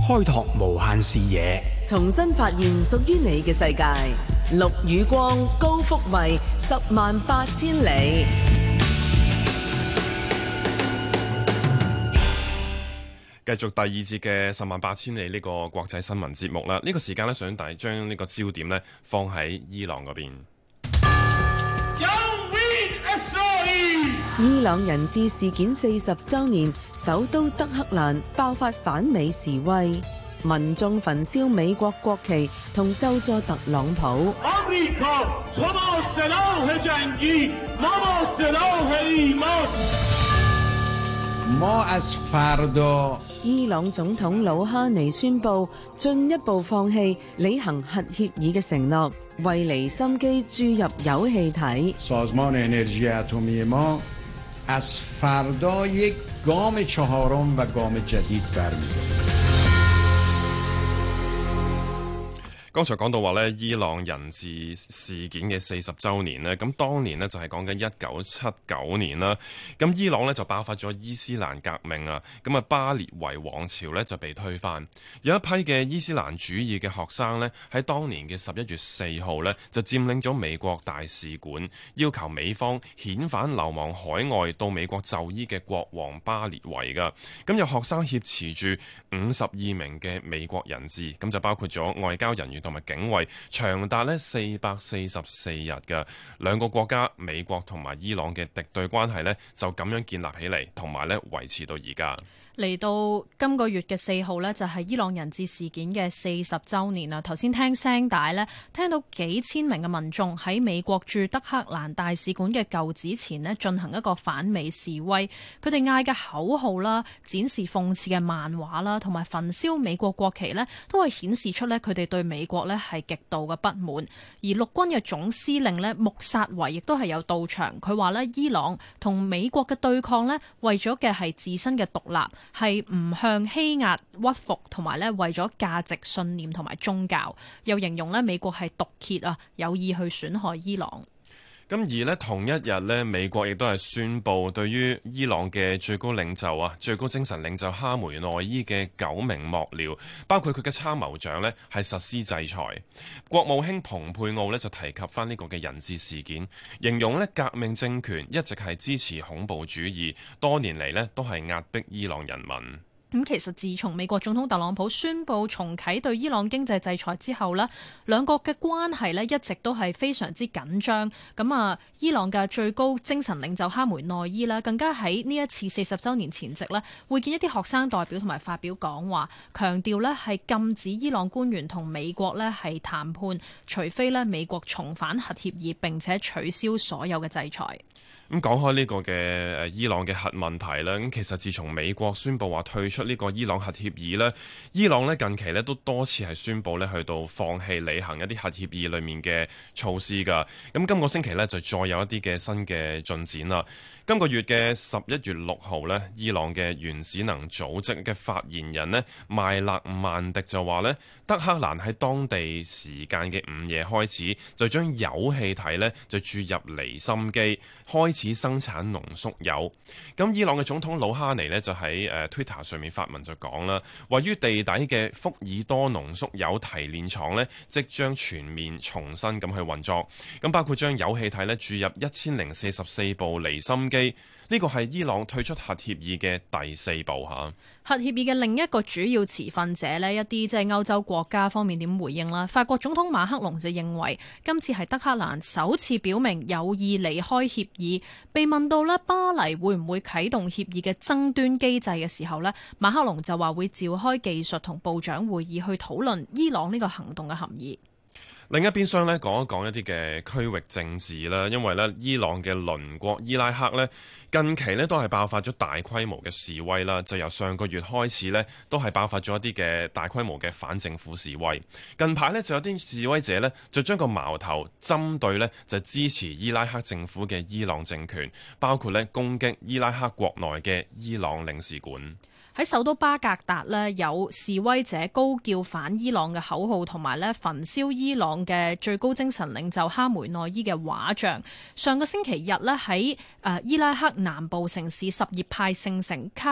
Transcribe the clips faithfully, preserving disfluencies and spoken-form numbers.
開拓無限視野， 重新發現屬於你嘅世界。陸宇光、高福慧，十萬八千里。 繼續第二節嘅十萬八千里呢個國際新聞節目啦。呢、這個時間呢，想大家將呢個焦點呢放喺伊朗嗰邊。 伊朗人質事件四十週年，首都德黑蘭爆發反美示威，民眾焚燒美國國旗同咒詛特朗普。伊朗總統魯哈尼宣布進一步放棄履行核協議嘅承諾，為離心機注入鈾氣體。 سازمان انرژی اتمی ما از فردا یک گام چهارم و گام جدید برمی‌دارد。 剛才講到話咧，伊朗人質事件嘅四十週年呢，咁當年呢，就係講緊一九七九年啦。咁伊朗呢，就爆發咗伊斯蘭革命啊，咁啊巴列維王朝呢，就被推翻。有一批嘅伊斯蘭主義嘅學生呢，喺當年嘅十一月四號呢，就佔領咗美國大使館，要求美方遣返流亡海外到美國就醫嘅國王巴列維噶。咁有學生挾持住五十二名嘅美國人質，咁就包括咗外交人員同埋警衛，長達呢四百四十四日嘅。兩個國家美國同埋伊朗嘅敵對關係呢，就咁樣建立起嚟，同埋呢維持到而家。 嚟到今個月嘅四號呢，就係伊朗人質事件嘅四十週年啦。頭先聽聲帶呢，聽到幾千名嘅民眾喺美國駐德黑蘭大使館嘅舊址前呢，進行一個反美示威。佢哋嗌嘅口號啦，展示諷刺嘅漫畫啦，同埋焚燒美國國旗呢，都係顯示出呢佢哋對美國呢係極度嘅不滿。而陸軍嘅總司令呢，穆薩維亦都係有到場。佢話呢，伊朗同美國嘅對抗呢，為咗嘅係自身嘅獨立，係唔向欺壓屈服，同埋咧為咗價值信念同埋宗教，又形容咧美國係毒蠍啊，有意去損害伊朗。 咁而呢，同一日呢，美國亦都係宣布對於伊朗嘅最高領袖啊，最高精神領袖哈梅內伊嘅九名幕僚，包括佢嘅參謀長呢，係實施制裁。國務卿蓬佩奧呢，就提及翻呢個嘅人質事件，形容呢革命政權一直係支持恐怖主義，多年嚟呢都係壓迫伊朗人民。 咁其實自從美國總統特朗普宣布重啟對伊朗經濟制裁之後呢，兩國嘅關係呢一直都係非常之緊張。咁啊，伊朗嘅最高精神領袖哈梅內伊呢，更加喺呢一次四十週年前夕呢，會見一啲學生代表同埋發表講話，強調呢係禁止伊朗官員同美國呢係談判，除非呢美國重返核協議並且取消所有嘅制裁。 咁講開呢個嘅伊朗嘅核問題啦，咁其實自從美國宣布話退出呢個伊朗核協議呢，伊朗呢近期呢都多次係宣布呢去到放棄履行一啲核協議裡面嘅措施㗎。咁今個星期呢，就再有一啲嘅新嘅進展啦。今個月嘅十一月六號呢，伊朗嘅原子能組織嘅發言人呢，邁勒曼迪就話呢，德黑蘭喺當地時間嘅午夜開始就將鈾氣體呢就注入離心機，開始生產濃縮鈾。咁伊朗嘅總統魯哈尼呢，就喺誒 Twitter 上面發文就講啦，位於地底嘅福爾多濃縮鈾提煉廠呢，即將全面重新咁去運作。咁包括將鈾氣體呢注入一千零四十四部離心機。呢個係伊朗退出核協議嘅第四步嚇。 核協議嘅另一個主要持份者呢，一啲即係歐洲國家方面點回應啦？法國總統馬克龍就認為今次係德黑蘭首次表明有意離開協議。被問到呢巴黎會唔會啟動協議嘅爭端機制嘅時候呢，馬克龍就話會召開技術同部長會議去討論伊朗呢個行動嘅含義。 另一邊廂咧，講一講一啲嘅區域政治啦，因為咧伊朗嘅鄰國伊拉克咧近期咧都係爆發咗大規模嘅示威啦，就由上個月開始咧都係爆發咗一啲嘅大規模嘅反政府示威。近排咧就有啲示威者咧就將個矛頭針對咧就支持伊拉克政府嘅伊朗政權，包括咧攻擊伊拉克國內嘅伊朗領事館。 喺首都巴格達呢，有示威者高叫反伊朗嘅口號，同埋呢焚燒伊朗嘅最高精神領袖哈梅內伊嘅畫像。上個星期日呢，喺誒伊拉克南部城市什葉派聖城卡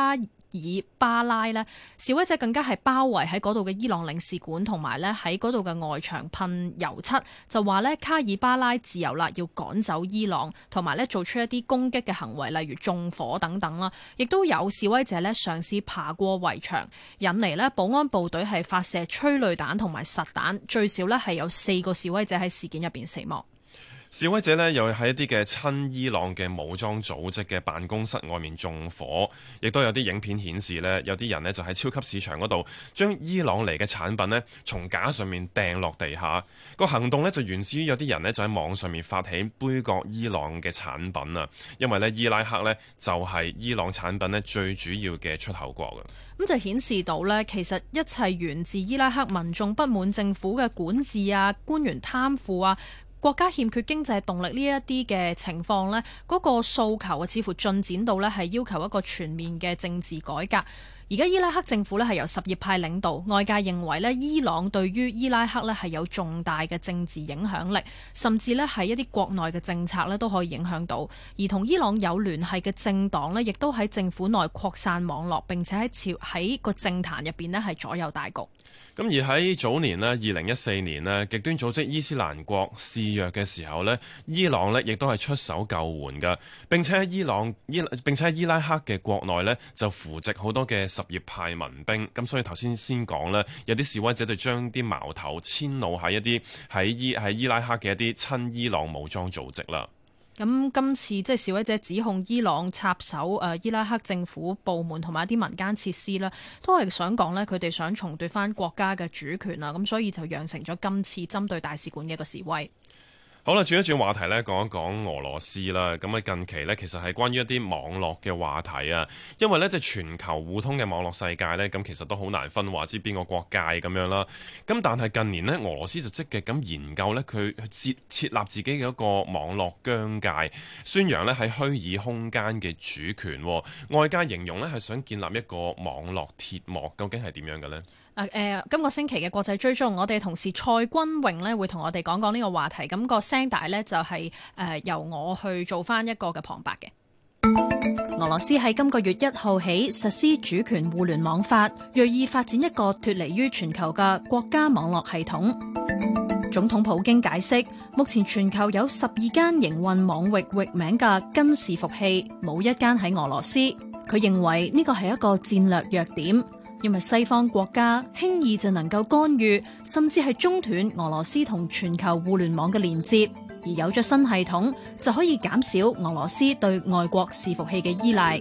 爾巴拉呢，示威者更加係包圍喺嗰度嘅伊朗領事館，同埋咧喺嗰度嘅外牆噴油漆，就話咧卡爾巴拉自由啦，要趕走伊朗，同埋咧做出一啲攻擊嘅行為，例如縱火等等啦。亦都有示威者咧嘗試爬過圍牆，引嚟咧保安部隊係發射催淚彈同埋實彈，最少咧係有四個示威者喺事件入邊死亡。 示威者呢又喺一啲嘅親伊朗嘅武裝組織嘅辦公室外面縱火，亦都有啲影片顯示呢，有啲人呢就喺超級市場嗰度將伊朗嚟嘅產品呢從架上面掟落地下。個行動呢就源自於有啲人呢就喺網上面發起杯葛伊朗嘅產品啊，因為呢伊拉克呢就係伊朗產品呢最主要嘅出口國嘅。 咁就顯示到呢，其實一切源自伊拉克民眾不滿政府嘅管治啊、官員貪腐啊、國家欠缺經濟動力呢一啲嘅情況呢，嗰個訴求啊，似乎進展到呢係要求一個全面嘅政治改革。而家伊拉克政府呢係由什葉派領導，外界認為呢伊朗對於伊拉克呢係有重大嘅政治影響力，甚至呢係一啲國內嘅政策呢都可以影響到。而同伊朗有聯繫嘅政黨呢，亦都喺政府內擴散網絡，並且喺朝喺個政壇入邊呢係左右大局。 咁而喺早年呢，二零一四年呢，極端組織伊斯蘭國肆虐嘅時候呢，伊朗呢亦都係出手救援㗎，並且喺伊朗伊並且喺伊拉克嘅國內呢，就扶植好多嘅什葉派民兵。咁所以頭先先講呢，有啲示威者就將啲矛頭遷怒喺一啲喺伊喺伊拉克嘅一啲親伊朗武裝組織啦。 咁今次即係示威者指控伊朗插手誒伊拉克政府部門同埋一啲民間設施啦，都係想講呢，佢哋想重奪翻國家嘅主權啊，咁所以就釀成咗今次針對大使館嘅一個示威。 好啦，轉一轉話題咧，講一講俄羅斯啦。咁啊，近期呢，其實係關於一啲網絡嘅話題啊。因為呢，即係全球互通嘅網絡世界呢，咁其實都好難分話知邊個國界咁樣啦。咁但係近年呢，俄羅斯就積極咁研究呢，佢設設立自己嘅一個網絡疆界，宣揚呢喺虛擬空間嘅主權。外界形容呢係想建立一個網絡鐵幕，究竟係點樣嘅呢？ 誒、呃，今個星期嘅國際追蹤，我哋同事蔡君穎呢會同我哋講講呢個話題。咁、那個聲帶呢就係、是、誒、呃、由我去做翻一個嘅旁白嘅。俄羅斯喺今個月一號起實施主權互聯網法，銳意發展一個脫離於全球嘅國家網絡系統。總統普京解釋，目前全球有十二間營運網域域名嘅根伺服器，冇一間喺俄羅斯。佢認為呢個係一個戰略弱點。因為西方國家輕易就能夠干預，甚至係中斷俄羅斯同全球互聯網嘅連接，而有咗新系統就可以減少俄羅斯對外國伺服器嘅依賴。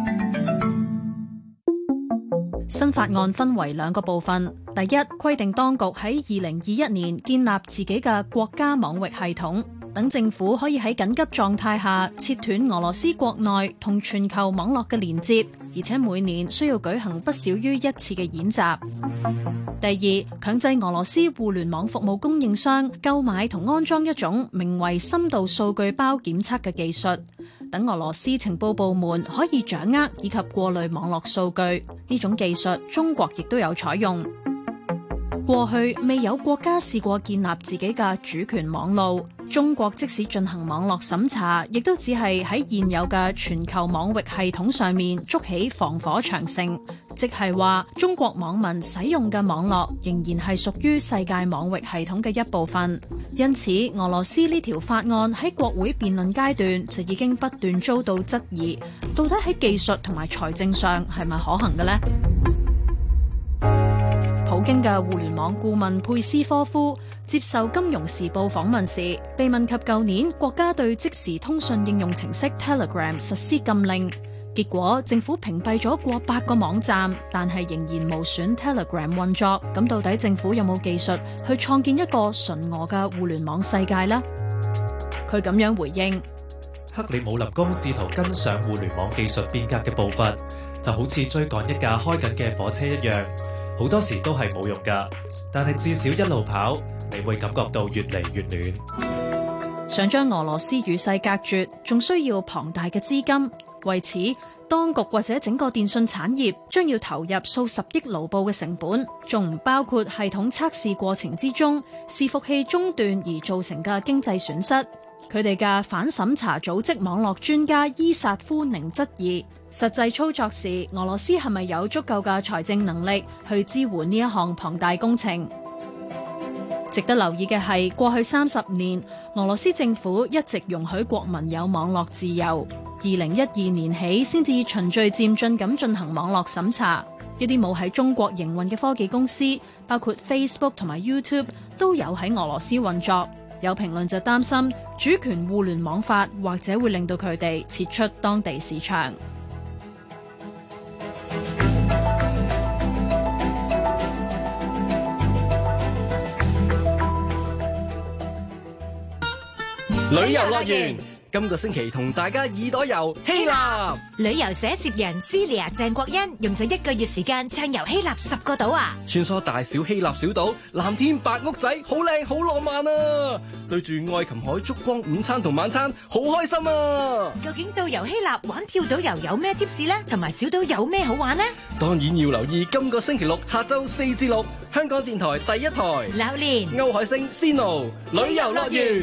新法案分為兩個部分，第一，規定當局喺二零二一年建立自己嘅國家網域系統，等政府可以喺緊急狀態下切斷俄羅斯國內同全球網絡嘅連接，而且每年需要舉行不少於一次嘅演習。第二，強制俄羅斯互聯網服務供應商購買同安裝一種名為深度數據包檢測嘅技術，等俄羅斯情報部門可以掌握以及過濾網絡數據。呢種技術中國亦都有採用。過去未有國家試過建立自己嘅主權網路，中國即使進行網絡審查，亦都只係喺現有嘅全球網域系統上面築起防火長城，即係話中國網民使用嘅網絡仍然係屬於世界網域系統嘅一部分。因此，俄羅斯呢條法案喺國會辯論階段就已經不斷遭到質疑，到底喺技術同埋財政上係咪可行嘅呢？普京嘅互聯網顧問佩斯科夫接受《金融時報》訪問時，被問及舊年國家對即時通訊應用程式 Telegram 實施禁令，結果政府屏蔽咗過百個網站，但係仍然無損 Telegram 運作。咁到底政府有冇技術去創建一個純俄嘅互聯網世界呢？佢咁樣回應： 克里姆林宮試圖跟上互聯網技術變革嘅步伐，就好似追趕一架開緊嘅火車一樣。好多時都係冇用㗎，但係至少一路跑，你會感覺到越嚟越暖。 想將俄羅斯與世隔絕，仲需要龐大嘅資金。為此，當局或者整個電信產業將要投入數十億盧布嘅成本，仲唔包括系統測試過程之中伺服器中斷而造成嘅經濟損失。佢哋嘅反審查組織網絡專家伊薩夫寧質疑， 實際操作時，俄羅斯係咪有足夠嘅財政能力去支援呢一項龐大工程？值得留意嘅係，過去三十年，俄羅斯政府一直容許國民有網絡自由。二零一二年起，先至循序漸進咁進行網絡審查。一啲冇喺中國營運嘅科技公司，包括 Facebook 同埋 YouTube， 都有喺俄羅斯運作。有評論就擔心，主權互聯網法或者會令到佢哋撤出當地市場。 旅遊樂園今個星期同大家耳朵遊希臘。 旅遊寫攝人 Celia 鄭國恩用咗一個月時間暢遊希臘十個島啊！ 穿梭大小希臘小島，藍天白屋仔，好靚好浪漫啊！對住愛琴海燭光午餐同晚餐，好開心啊！ 究竟到遊希臘玩跳島遊有咩貼士呢？同埋小島有咩好玩呢？ 當然要留意今個星期六下晝四至六，香港電台第一台榴蓮歐海星 Sino 旅遊樂園。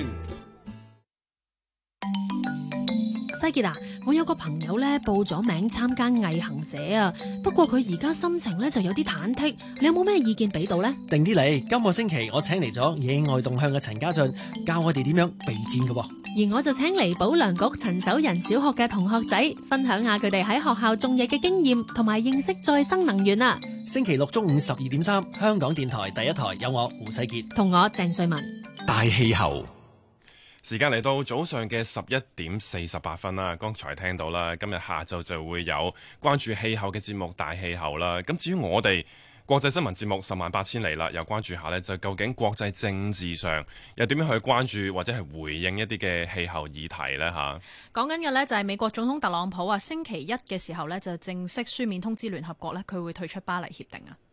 西傑啊，我有個朋友咧報咗名參加毅行者啊，不過佢而家心情咧就有啲忐忑，你有冇咩意見俾到呢？ 定啲嚟，今個星期我請嚟咗野外動向嘅陳家俊，教我哋點樣備戰嘅。 而我就請嚟保良局陳守仁小學嘅同學仔，分享下佢哋喺學校種嘢嘅經驗，同埋認識再生能源啊！ 星期六中午十二點三，香港電台第一台有我胡世傑同我鄭瑞文。 大氣候。 時間嚟到早上嘅十一點四十八分啦，剛才聽到啦，今日下晝就會有關注氣候嘅節目《大氣候》啦。咁至於我哋國際新聞節目《十萬八千里》啦，又關注下呢，就究竟國際政治上又點樣去關注或者係回應一啲嘅氣候議題呢？嚇， 講緊嘅呢，就係美國總統特朗普啊，星期一嘅時候呢，就正式書面通知聯合國呢，佢會退出巴黎協定啊。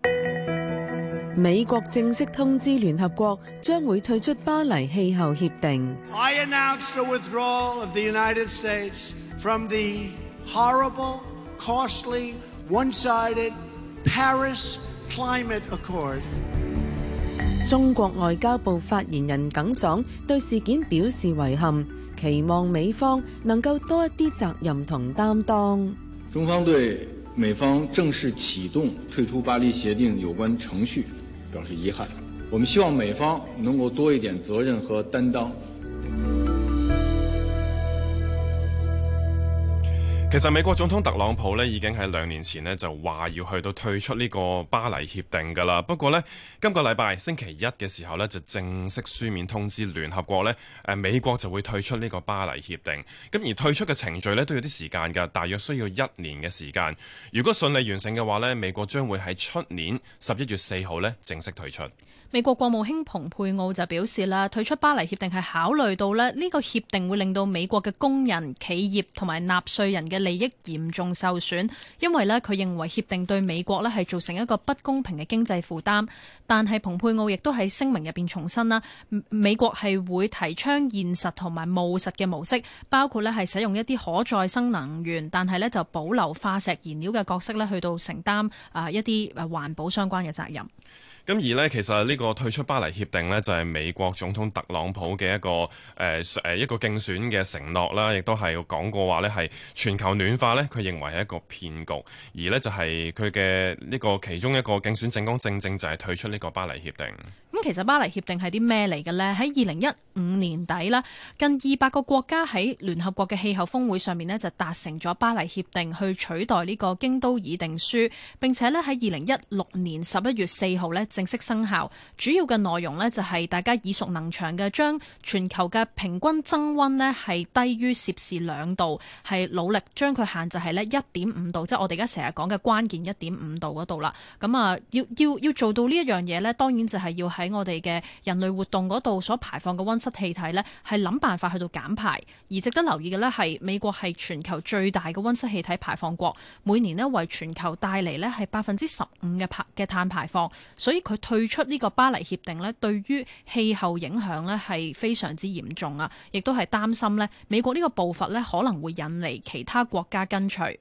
美國正式通知聯合國將會退出巴黎氣候協定。 I announce the withdrawal of the United States from the horrible, costly, one-sided Paris Climate Accord. 中國外交部發言人耿爽對事件表示遺憾，期望美方能夠多一啲責任同擔當。 中方對美方正式啟動退出巴黎協定有關程序表示遺憾，我們希望美方能夠多一點責任和擔當。 其實美國總統特朗普呢已經喺兩年前呢就話要去到退出呢個巴黎協定㗎啦。不過呢，今個禮拜星期一嘅時候呢，就正式書面通知聯合國呢，誒美國就會退出呢個巴黎協定。咁而退出嘅程序呢都有啲時間㗎，大約需要一年嘅時間。如果順利完成嘅話呢，美國將會喺出年十一月四號呢正式退出。 美國國務卿蓬佩奧就表示啦，退出巴黎協定係考慮到咧呢個協定會令到美國嘅工人、企業同埋納稅人嘅利益嚴重受損，因為咧佢認為協定對美國咧係造成一個不公平嘅經濟負擔。但係蓬佩奧亦都喺聲明入邊重申啦，美國係會提倡現實同埋務實嘅模式，包括咧係使用一啲可再生能源，但係咧就保留化石燃料嘅角色咧，去到承擔啊一啲誒環保相關嘅責任。 咁而呢，其實呢個退出巴黎協定呢，就係美國總統特朗普嘅一個誒誒、呃、一個競選嘅承諾啦，亦都係講過話呢係全球暖化呢，佢認為係一個騙局，而呢，就係佢嘅呢個其中一個競選政綱，正正就係退出呢個巴黎協定。 咁其實巴黎協定係啲咩嚟嘅呢？喺二零一五年底啦，近二百個國家喺聯合國嘅氣候峰會上面呢，就達成咗巴黎協定，去取代呢個京都議定書。並且呢，喺二零一六年十一月四號呢正式生效。主要嘅內容呢，就係大家耳熟能詳嘅，將全球嘅平均增溫呢係低於攝氏兩度，係努力將佢限制係呢一點五度，即係我哋而家成日講嘅關鍵一點五度嗰度啦。咁啊，要要要做到呢一樣嘢呢，當然就係要喺我哋嘅人類活動嗰度所排放嘅溫室氣體呢，係諗辦法去到減排。而值得留意嘅呢，係美國係全球最大嘅溫室氣體排放國，每年呢為全球帶嚟呢係百分之十五嘅排嘅碳排放，所以佢退出呢個巴黎協定呢，對於氣候影響呢係非常之嚴重啊！亦都係擔心呢美國呢個步伐呢可能會引嚟其他國家跟隨。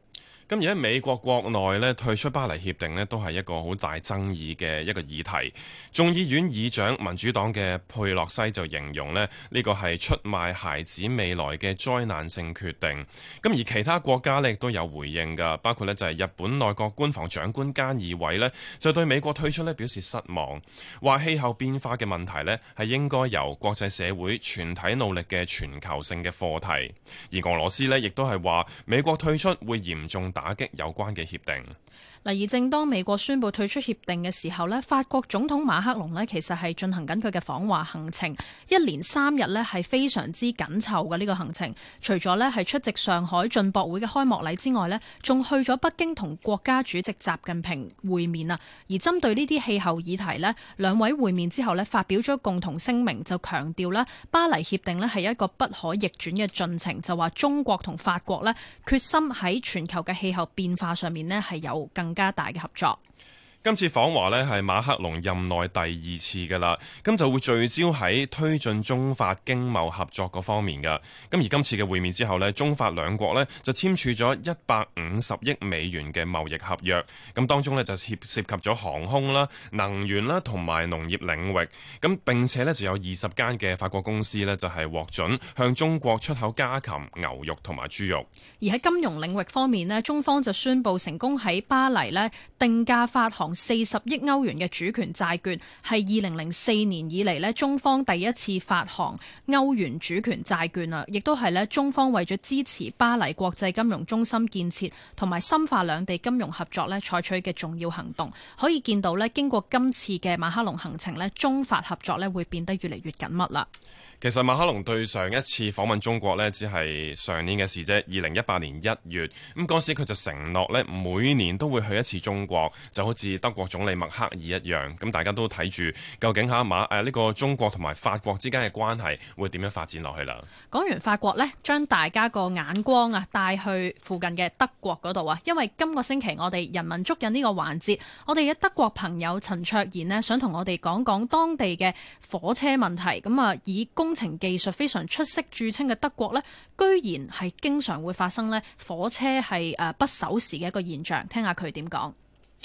咁而喺美國國內咧，退出巴黎協定咧，都係一個好大爭議嘅一個議題。眾議院議長民主黨嘅佩洛西就形容咧，呢個係出賣孩子未來嘅災難性決定。咁而其他國家咧亦都有回應㗎，包括咧就係日本內閣官房長官菅義偉咧，就對美國退出咧表示失望，話氣候變化嘅問題咧係應該由國際社會全體努力嘅全球性嘅課題。而俄羅斯咧亦都係話美國退出會嚴重打擊有關嘅協定。 嗱，而正當美國宣布退出協定嘅時候呢，法國總統馬克龍呢其實係進行緊佢嘅訪華行程，一連三日呢係非常之緊湊嘅呢個行程。除咗呢係出席上海進博會嘅開幕禮之外呢，仲去咗北京同國家主席習近平會面啊。而針對呢啲氣候議題呢，兩位會面之後呢發表咗共同聲明，就強調呢巴黎協定呢係一個不可逆轉嘅進程，就話中國同法國呢決心喺全球嘅氣候變化上面呢係有更更加大嘅合作。 今次訪華呢係馬克龍任內第二次㗎啦，咁就會聚焦喺推進中法經貿合作嗰方面㗎。咁而今次嘅會面之後呢，中法兩國呢就簽署咗一百五十億美元嘅貿易合約，咁當中呢就涉涉及咗航空啦、能源啦同埋農業領域。咁並且呢就有二十間嘅法國公司呢就係獲准向中國出口家禽、牛肉同埋豬肉。 而喺金融領域方面呢，中方就宣布成功喺巴黎呢定價發行四十億歐元嘅主權債券，係二零零四年以嚟呢中方第一次發行歐元主權債券啊，亦都係呢中方為咗支持巴黎國際金融中心建設同埋深化兩地金融合作呢採取嘅重要行動。可以見到呢，經過今次嘅馬克龍行程呢，中法合作呢會變得越嚟越緊密啦。 其實馬克龍對上一次訪問中國呢，只係上年嘅事啫。二零一八年一月，咁嗰時佢就承諾呢，每年都會去一次中國，就好似德國總理默克爾一樣。咁大家都睇住究竟下馬誒呢個中國同埋法國之間嘅關係會點樣發展落去啦。 講完法國呢，將大家個眼光啊帶去附近嘅德國嗰度啊，因為今個星期我哋人文足印呢個環節，我哋嘅德國朋友陳卓賢呢，想同我哋講講當地嘅火車問題。咁啊，以工程技術非常出色著稱嘅德國呢，居然係經常會發生呢火車係誒不守時嘅一個現象。聽下佢點講。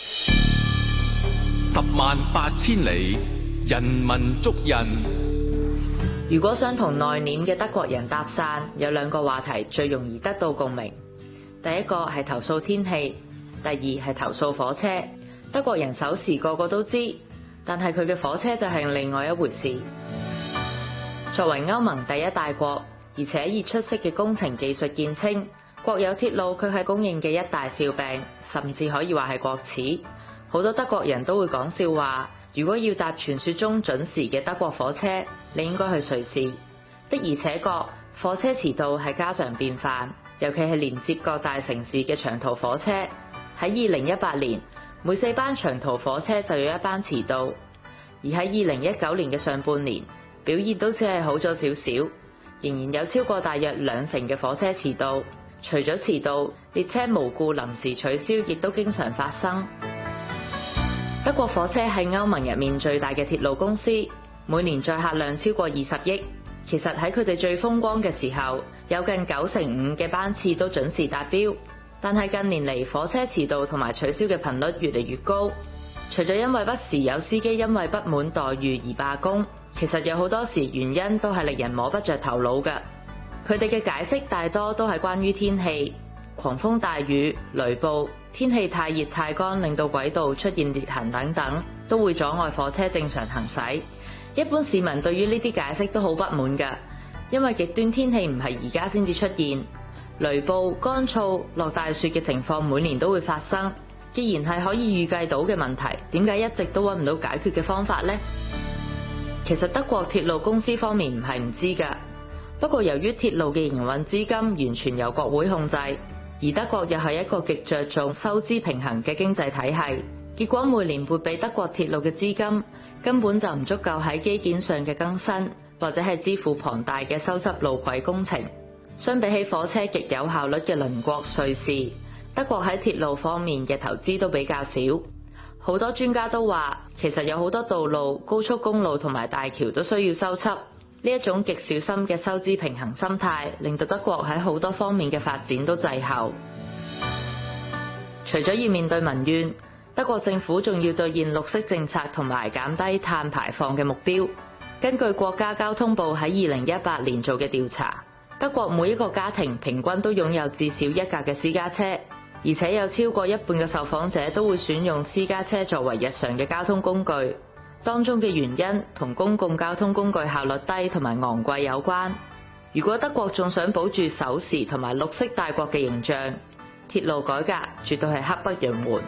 十萬八千里，人文足印。 如果想同內斂嘅德國人搭訕，有兩個話題最容易得到共鳴。第一個係投訴天氣，第二係投訴火車。德國人守時個個都知，但係佢嘅火車就係另外一回事。作為歐盟第一大國，而且以出色嘅工程技術見稱，國有鐵路卻係公認嘅一大笑柄，甚至可以話係國恥。好多德國人都會講笑話，如果要搭傳說中準時嘅德國火車，你應該去瑞士。的而且確，火車遲到係家常便飯，尤其係連接各大城市嘅長途火車。喺二零一八年，每四班長途火車就有一班遲到，而喺二零一九年嘅上半年，表現都只係好咗少少，仍然有超過大約兩成嘅火車遲到。除咗遲到，列車無故臨時取消亦都經常發生。德國火車係歐盟入面最大嘅鐵路公司，每年載客量超過二十億。其實喺佢哋最風光嘅時候，有近九成五嘅班次都準時達標。但係近年嚟，火車遲到同埋取消嘅頻率越嚟越高。除咗因為不時有司機因為不滿待遇而罷工，其實有好多時原因都係令人摸不着頭腦嘅。佢哋嘅解釋大多都係關於天氣，狂風大雨、雷暴、天氣太熱太乾令到軌道出現裂痕等等，都會阻礙火車正常行駛。一般市民對於呢啲解釋都好不滿㗎，因為極端天氣唔係而家先至出現，雷暴、乾燥、落大雪嘅情況每年都會發生。既然係可以預計到嘅問題，點解一直都揾唔到解決嘅方法呢？其實德國鐵路公司方面唔係唔知㗎，不過由於鐵路嘅營運資金完全由國會控制，而德國又係一個極着重收支平衡嘅經濟體系，結果每年撥俾德國鐵路嘅資金根本就唔足夠喺基建上嘅更新，或者係支付龐大嘅修葺路軌工程。相比起火車極有效率嘅鄰國瑞士，德國喺鐵路方面嘅投資都比較少。好多專家都話，其實有好多道路、高速公路同埋大橋都需要修葺。呢一種極小心嘅收支平衡心態，令到德國喺好多方面嘅發展都滯後。 除咗要面對民怨，德國政府仲要兌現綠色政策同埋減低碳排放嘅目標。根據國家交通部喺二零一八年做嘅調查，德國每一個家庭平均都擁有至少一架嘅私家車，而且有超過一半嘅受訪者都會選用私家車作為日常嘅交通工具。當中嘅原因同公共交通工具效率低同埋昂貴有關。如果德國仲想保住守時同埋綠色大國嘅形象，鐵路改革絕對係刻不容緩。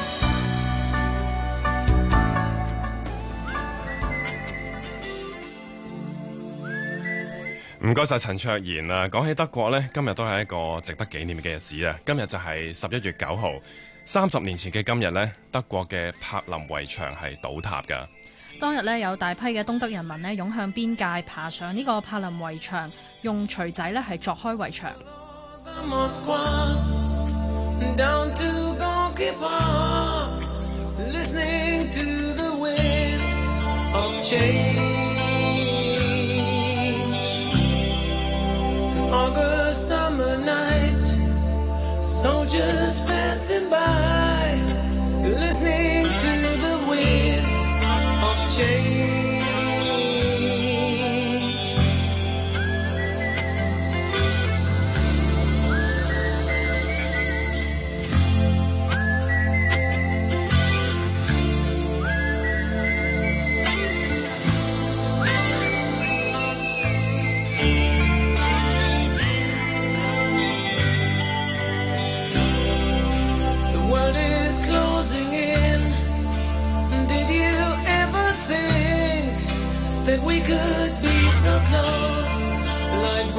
唔該晒陳卓賢啊！講起德國呢，今日都係一個值得紀念嘅日子啊！今日就係十一月九號，三十年前嘅今日呢，德國嘅柏林圍牆係倒塌㗎。 當日呢，有大批嘅東德人民呢湧向邊界，爬上呢個柏林圍牆，用錘仔呢係鑿開圍牆。 August summer night, soldiers passing by, listening to the wind of change. That we could be so close, like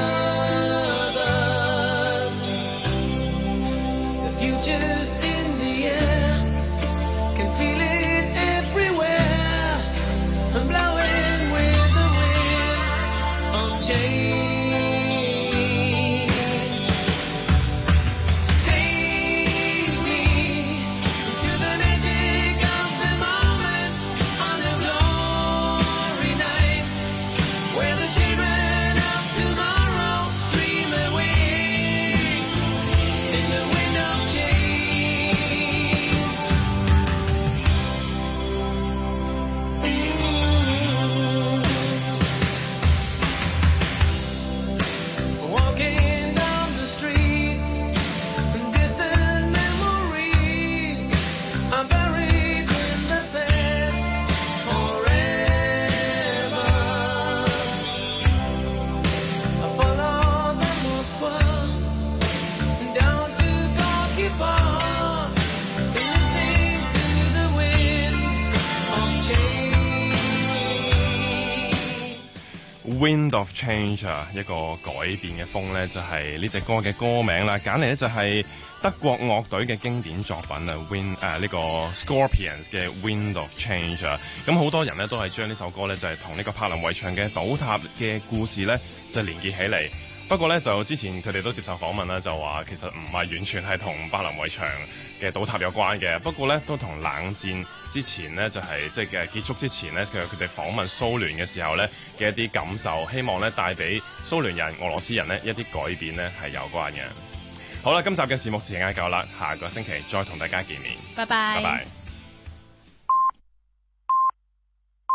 brothers. The future's in the air, can feel it everywhere. I'm blowing with the wind of change. Take me to the magic of the moment on the glory night, where the children of tomorrow dream away in the wind of change. Walking down the street, distant memories are buried in the past forever. I follow the Moskva down to Gorky Park, listening to the wind of change. Wind of Change 啊，一個改變嘅風呢，就係呢隻歌嘅歌名啦。揀嚟呢就係德國樂隊嘅經典作品啊 ，Wind 誒呢個 Scorpions 嘅 Wind of Change 啊。咁好多人呢都係將呢首歌呢，就係同呢個柏林圍牆嘅倒塌嘅故事呢，就連結起嚟。不過呢，就之前佢哋都接受訪問啦，就話其實唔係完全係同柏林圍牆嘅倒塌有關嘅。不過呢，都同冷戰之前呢，就係即係嘅結束之前呢，佢佢哋訪問蘇聯嘅時候呢嘅一啲感受，希望呢帶俾蘇聯人、俄羅斯人呢一啲改變呢係有關嘅。好啦，今集嘅節目時間夠啦，下個星期再同大家見面。 拜拜。 拜拜。